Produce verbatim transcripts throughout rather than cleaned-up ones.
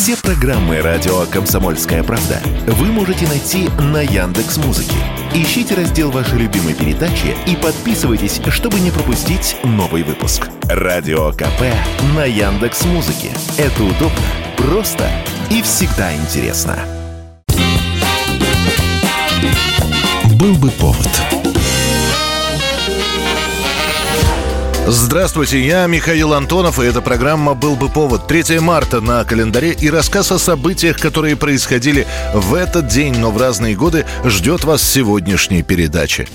Все программы радио «Комсомольская правда» вы можете найти на Яндекс.Музыке. Ищите раздел вашей любимой передачи и подписывайтесь, чтобы не пропустить новый выпуск. Радио КП на Яндекс.Музыке. Это удобно, просто и всегда интересно. Был бы повод. Здравствуйте, я Михаил Антонов, и эта программа «Был бы повод». третьего марта на календаре, и рассказ о событиях, которые происходили в этот день, но в разные годы, ждет вас в сегодняшней передаче.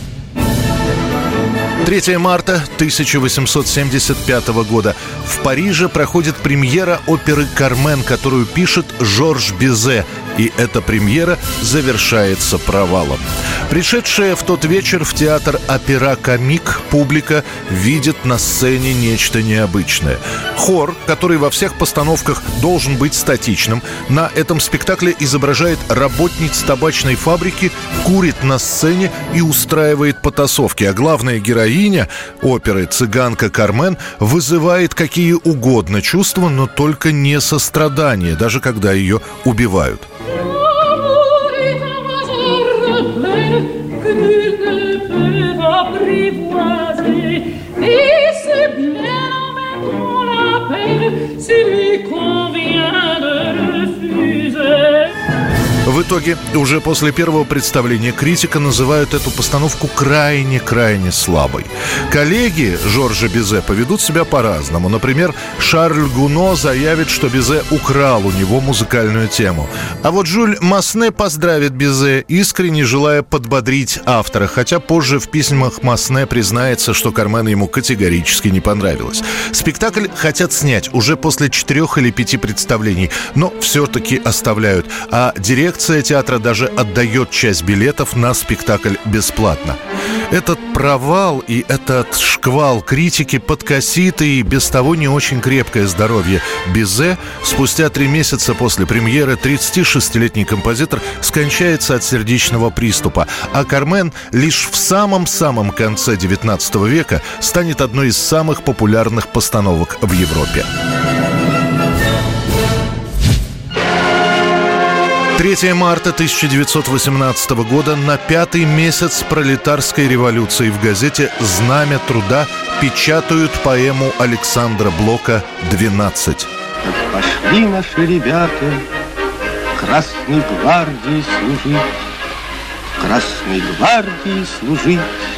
третьего марта тысяча восемьсот семьдесят пятого года. В Париже проходит премьера оперы «Кармен», которую пишет Жорж Бизе. И эта премьера завершается провалом. Пришедшая в тот вечер в театр «Опера-комик» публика видит на сцене нечто необычное. Хор, который во всех постановках должен быть статичным, на этом спектакле изображает работниц табачной фабрики, курит на сцене и устраивает потасовки. А главная героиня оперы, цыганка Кармен, вызывает какие угодно чувства, но только не сострадание, даже когда ее убивают. В итоге, уже после первого представления критика называют эту постановку крайне-крайне слабой. Коллеги Жоржа Бизе поведут себя по-разному. Например, Шарль Гуно заявит, что Бизе украл у него музыкальную тему. А вот Жюль Масне поздравит Бизе, искренне желая подбодрить автора, хотя позже в письмах Масне признается, что «Кармен» ему категорически не понравилась. Спектакль хотят снять уже после четырех или пяти представлений, но все-таки оставляют. А дирекция театра даже отдает часть билетов на спектакль бесплатно. Этот провал и этот шквал критики подкосит и без того не очень крепкое здоровье Бизе. Спустя три месяца после премьеры тридцатишестилетний композитор скончается от сердечного приступа, а «Кармен» лишь в самом-самом конце девятнадцатого века станет одной из самых популярных постановок в Европе. третьего марта тысяча девятьсот восемнадцатого года, на пятый месяц пролетарской революции, в газете «Знамя труда» печатают поэму Александра Блока «двенадцать». Как пошли наши ребята Красной гвардии служить, Красной гвардии служить,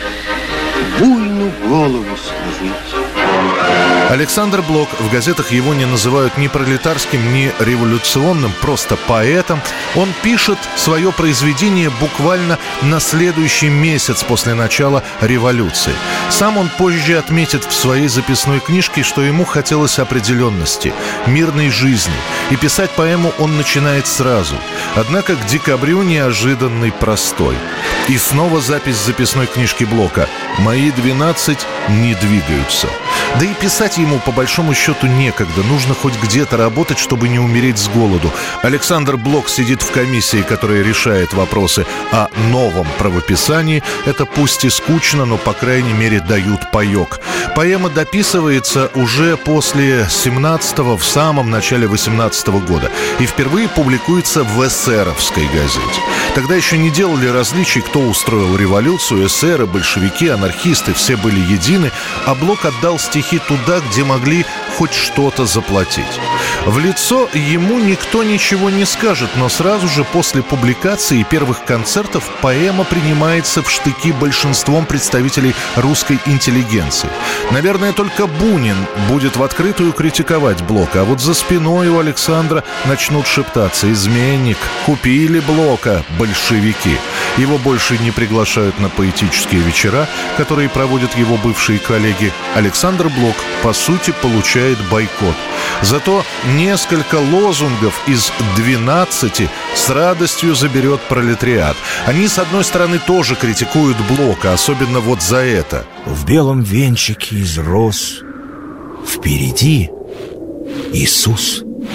буйну голову сложить. Александр Блок, в газетах его не называют ни пролетарским, ни революционным, просто поэтом. Он пишет свое произведение буквально на следующий месяц после начала революции. Сам он позже отметит в своей записной книжке, что ему хотелось определенности, мирной жизни. И писать поэму он начинает сразу. Однако к декабрю неожиданный простой. И снова запись записной книжки Блока: «Мои двенадцать не двигаются». Да и писать ему по большому счету некогда. Нужно хоть где-то работать, чтобы не умереть с голоду. Александр Блок сидит в комиссии, которая решает вопросы о новом правописании. Это пусть и скучно, но, по крайней мере, дают паёк. Поэма дописывается уже после семнадцатого, в самом начале восемнадцатого года. И впервые публикуется в эсеровской газете. Тогда еще не делали различий, кто устроил революцию. Эсеры, большевики, анархисты — все были едины. А Блок отдал стихи туда, где могли хоть что-то заплатить. В лицо ему никто ничего не скажет, но сразу же после публикации и первых концертов поэма принимается в штыки большинством представителей русской интеллигенции. Наверное, только Бунин будет в открытую критиковать Блока, а вот за спиной у Александра начнут шептаться: «Изменник, купили Блока большевики». Его больше не приглашают на поэтические вечера, которые проводят его бывшие коллеги. Александр Блок, по сути, получает бойкот. Зато несколько лозунгов из двенадцати с радостью заберет пролетариат. Они, с одной стороны, тоже критикуют Блока, особенно вот за это. В белом венчике из роз впереди Иисус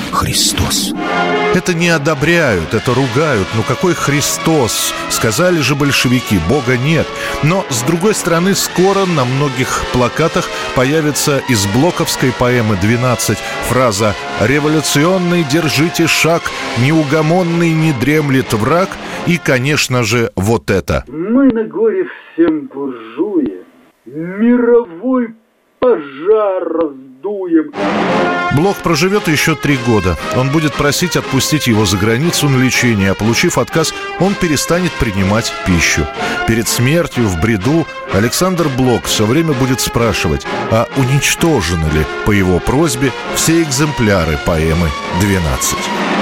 Христос. Это не одобряют, это ругают. Ну какой Христос? Сказали же большевики, Бога нет. Но, с другой стороны, скоро на многих плакатах появится из блоковской поэмы «двенадцать» фраза «Революционный держите шаг, неугомонный не дремлет враг». И, конечно же, вот это. Мы на горе всем буржуям мировой пожар раздуем. Блок проживет еще три года. Он будет просить отпустить его за границу на лечение, а получив отказ, он перестанет принимать пищу. Перед смертью в бреду Александр Блок все время будет спрашивать, а уничтожены ли по его просьбе все экземпляры поэмы «двенадцать».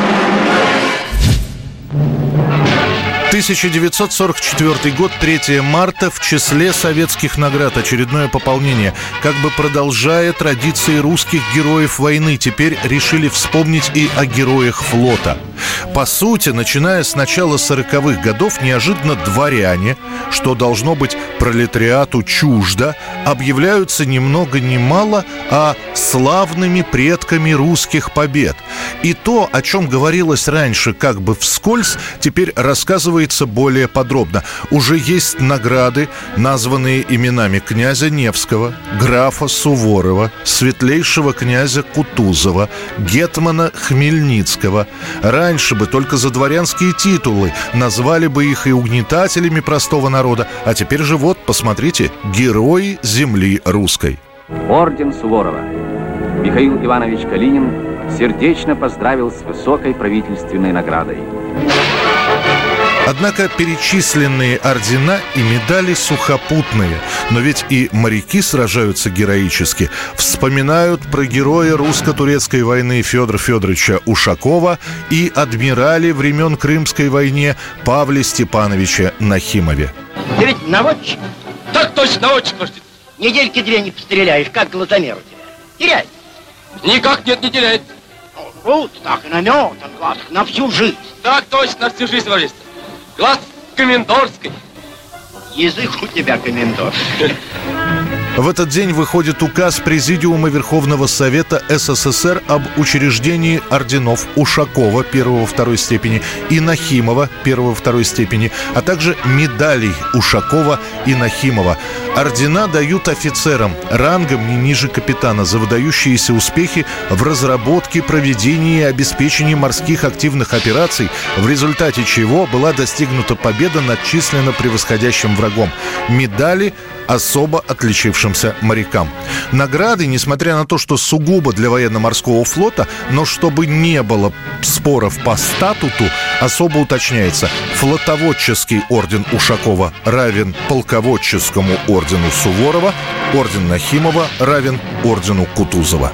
тысяча девятьсот сорок четвёртый год, третьего марта, в числе советских наград очередное пополнение. Как бы продолжая традиции русских героев войны, теперь решили вспомнить и о героях флота. По сути, начиная с начала сороковых годов, неожиданно дворяне, что должно быть пролетариату чуждо, объявляются ни много ни мало, а славными предками русских побед. И то, о чем говорилось раньше как бы вскользь, теперь рассказывается более подробно. Уже есть награды, названные именами князя Невского, графа Суворова, светлейшего князя Кутузова, гетмана Хмельницкого. Раньше бы только за дворянские титулы назвали бы их и угнетателями простого народа, а теперь же вот, посмотрите, герои земли русской. Орден Суворова. Михаил Иванович Калинин сердечно поздравил с высокой правительственной наградой. Однако перечисленные ордена и медали сухопутные. Но ведь и моряки сражаются героически. Вспоминают про героя русско-турецкой войны Федора Федоровича Ушакова и адмирале времен Крымской войны Павле Степановиче Нахимове. Ты ведь наводчик? Так точно, наводчик, может. Недельки две не постреляешь, как глазомер у тебя. Теряет. Никак нет, не теряет. Вот так и наметан глаз на всю жизнь. Так точно, на всю жизнь, товарищество. Глаз комендорский. Язык у тебя комендорский. В этот день выходит указ Президиума Верховного Совета СССР об учреждении орденов Ушакова первой-второй степени и Нахимова первой-второй степени, а также медалей Ушакова и Нахимова. Ордена дают офицерам рангом не ниже капитана за выдающиеся успехи в разработке, проведении и обеспечении морских активных операций, в результате чего была достигнута победа над численно превосходящим врагом. Медали особо отличившимся морякам. Награды, несмотря на то, что сугубо для военно-морского флота, но чтобы не было споров по статуту, особо уточняется: флотоводческий орден Ушакова равен полководческому ордену Суворова, орден Нахимова равен ордену Кутузова.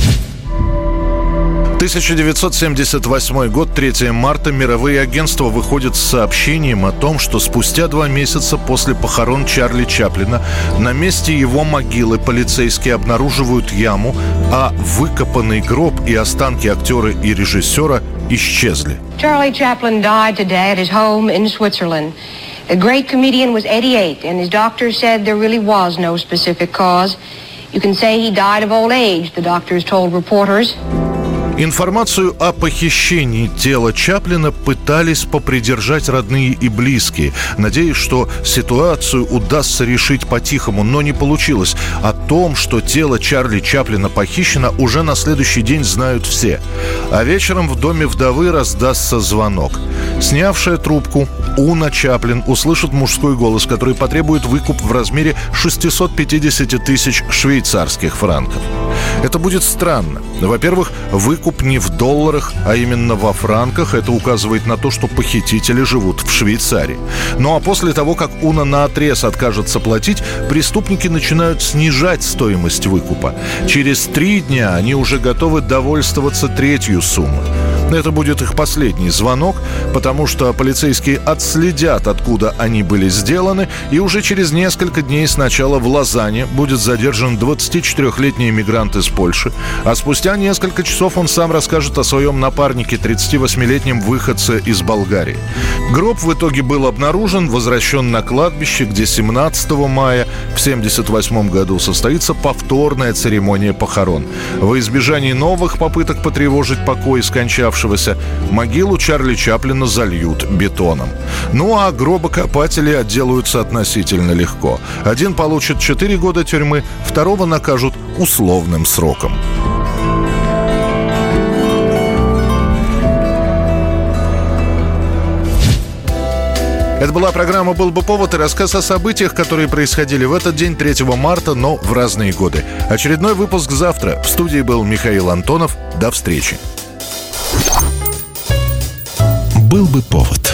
тысяча девятьсот семьдесят восьмой год, третьего марта, мировые агентства выходят с сообщением о том, что спустя два месяца после похорон Чарли Чаплина на месте его могилы полицейские обнаруживают яму, а выкопанный гроб и останки актера и режиссера исчезли. Charlie Chaplin died today at his home in Switzerland. The great comedian was eighty-eight, and his doctors said there really was no specific cause. You can say he died of old age, the doctors told reporters. Информацию о похищении тела Чаплина пытались попридержать родные и близкие, надеясь, что ситуацию удастся решить по-тихому, но не получилось. О том, что тело Чарли Чаплина похищено, уже на следующий день знают все. А вечером в доме вдовы раздастся звонок. Снявшая трубку, Уна Чаплин услышит мужской голос, который потребует выкуп в размере шестьсот пятьдесят тысяч швейцарских франков. Это будет странно. Во-первых, выкуп не в долларах, а именно во франках. Это указывает на то, что похитители живут в Швейцарии. Ну а после того, как Уна наотрез откажется платить, преступники начинают снижать стоимость выкупа. Через три дня они уже готовы довольствоваться третью суммой. Это будет их последний звонок, потому что полицейские отследят, откуда они были сделаны, и уже через несколько дней сначала в Лозанне будет задержан двадцатичетырёхлетний иммигрант из Польши, а спустя несколько часов он сам расскажет о своем напарнике, тридцативосьмилетнем выходце из Болгарии. Гроб в итоге был обнаружен, возвращен на кладбище, где семнадцатого мая в семьдесят восьмом году состоится повторная церемония похорон. Во избежание новых попыток потревожить покой скончавшегося, могилу Чарли Чаплина зальют бетоном. Ну а гробокопатели отделаются относительно легко. Один получит четыре года тюрьмы, второго накажут условным сроком. Это была программа «Был бы повод» и рассказ о событиях, которые происходили в этот день, третьего марта, но в разные годы. Очередной выпуск завтра. В студии был Михаил Антонов. До встречи. «Был бы повод».